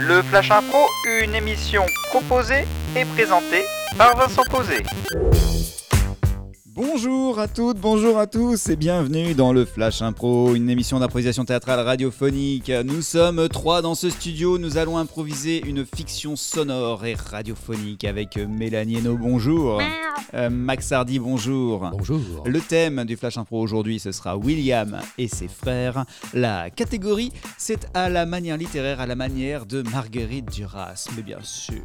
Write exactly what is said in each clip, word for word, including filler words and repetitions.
Le Flash Impro, une émission proposée et présentée par Vincent Posé. Bonjour à toutes, bonjour à tous et bienvenue dans le Flash Impro, une émission d'improvisation théâtrale radiophonique. Nous sommes trois dans ce studio, nous allons improviser une fiction sonore et radiophonique avec Mélanie Hainaut, bonjour. Euh, Max Hardy, bonjour. Bonjour. Le thème du Flash Impro aujourd'hui, ce sera William et ses frères. La catégorie, c'est à la manière littéraire, à la manière de Marguerite Duras, mais bien sûr.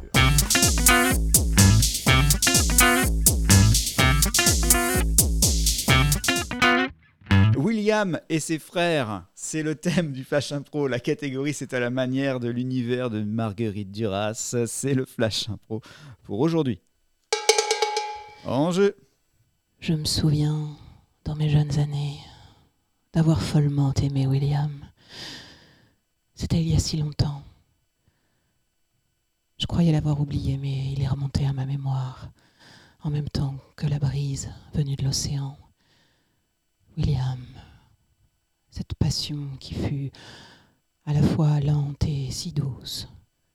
William et ses frères, c'est le thème du Flash Impro. La catégorie, c'est à la manière de l'univers de Marguerite Duras. C'est le Flash Impro pour aujourd'hui. En jeu. Je me souviens, dans mes jeunes années, d'avoir follement aimé William. C'était il y a si longtemps. Je croyais l'avoir oublié, mais il est remonté à ma mémoire, en même temps que la brise venue de l'océan. William, cette passion qui fut à la fois lente et si douce.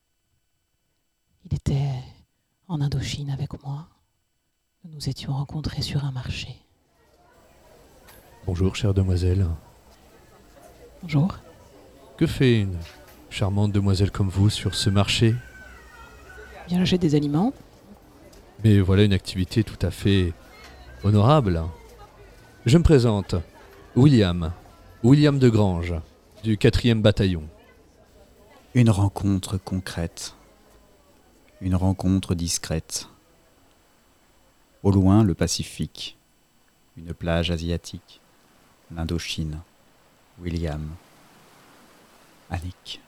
Il était en Indochine avec moi. Nous nous étions rencontrés sur un marché. Bonjour, chère demoiselle. Bonjour. Que fait une charmante demoiselle comme vous sur ce marché ? Bien lâcher des aliments. Mais voilà une activité tout à fait honorable. Je me présente, William, William de Grange, du quatrième bataillon. Une rencontre concrète. Une rencontre discrète. Au loin, le Pacifique. Une plage asiatique. L'Indochine. William. Annick.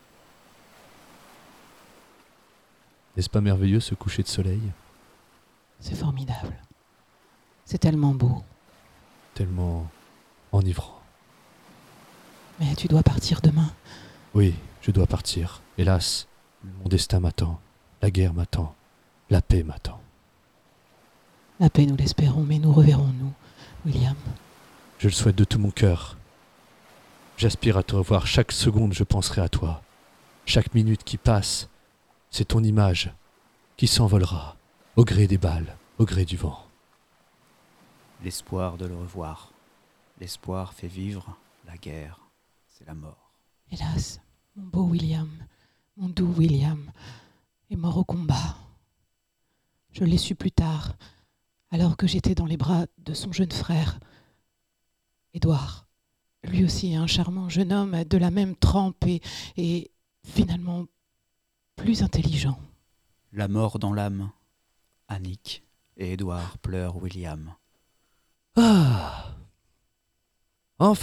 N'est-ce pas merveilleux ce coucher de soleil ? C'est formidable. C'est tellement beau. Tellement enivrant. Mais tu dois partir demain. Oui, je dois partir. Hélas, mon destin m'attend. La guerre m'attend. La paix m'attend. La paix, nous l'espérons, mais nous reverrons-nous, William. Je le souhaite de tout mon cœur. J'aspire à te revoir. Chaque seconde, je penserai à toi. Chaque minute qui passe, c'est ton image qui s'envolera au gré des balles, au gré du vent. L'espoir de le revoir. L'espoir fait vivre. La guerre, c'est la mort. Hélas, mon beau William, mon doux William, est mort au combat. Je l'ai su plus tard, alors que j'étais dans les bras de son jeune frère, Édouard. Lui aussi un charmant jeune homme de la même trempe et, et finalement plus intelligent. La mort dans l'âme. Annick et Édouard pleurent William. Ah ! Enfin !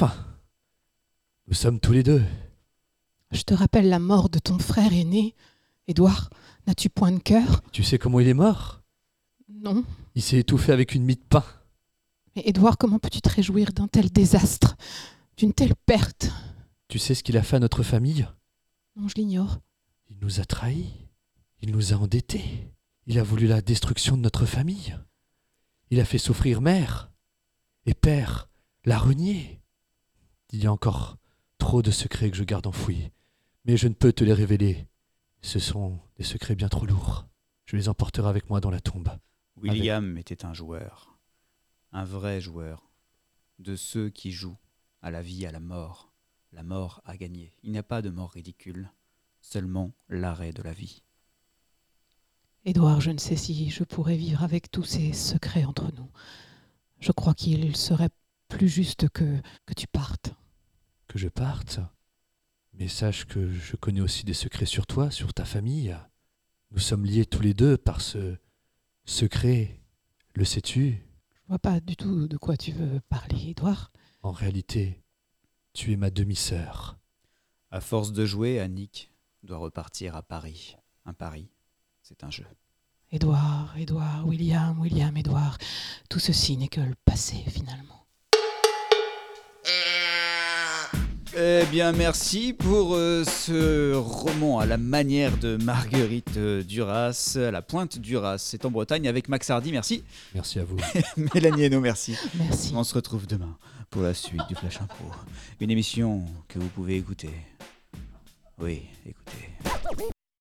Nous sommes tous les deux. Je te rappelle la mort de ton frère aîné, Édouard. N'as-tu point de cœur ? Tu sais comment il est mort ? Non. Il s'est étouffé avec une mie de pain. Mais Édouard, comment peux-tu te réjouir d'un tel désastre, d'une telle perte ? Tu sais ce qu'il a fait à notre famille ? Non, je l'ignore. Il nous a trahis. Il nous a endettés. Il a voulu la destruction de notre famille. Il a fait souffrir mère et père, l'a renié. Il y a encore trop de secrets que je garde enfouis, mais je ne peux te les révéler. Ce sont des secrets bien trop lourds. Je les emporterai avec moi dans la tombe. William avec... était un joueur, un vrai joueur, de ceux qui jouent à la vie, à la mort. La mort a gagné. Il n'y a pas de mort ridicule, seulement l'arrêt de la vie. Édouard, je ne sais si je pourrais vivre avec tous ces secrets entre nous. Je crois qu'il serait plus juste que, que tu partes. Que je parte ? Mais sache que je connais aussi des secrets sur toi, sur ta famille. Nous sommes liés tous les deux par ce secret. Le sais-tu ? Je vois pas du tout de quoi tu veux parler, Édouard. En réalité, tu es ma demi-sœur. À force de jouer, Annick doit repartir à Paris. Un Paris, c'est un jeu. Édouard, Édouard, William, William, Édouard. Tout ceci n'est que le passé, finalement. Eh bien, merci pour euh, ce roman à la manière de Marguerite euh, Duras, à la Pointe Duras. C'est en Bretagne avec Max Hardy, merci. Merci à vous. Mélanie Hainaut, merci. Merci. On se retrouve demain pour la suite du Flash Impro. Une émission que vous pouvez écouter. Oui, écoutez.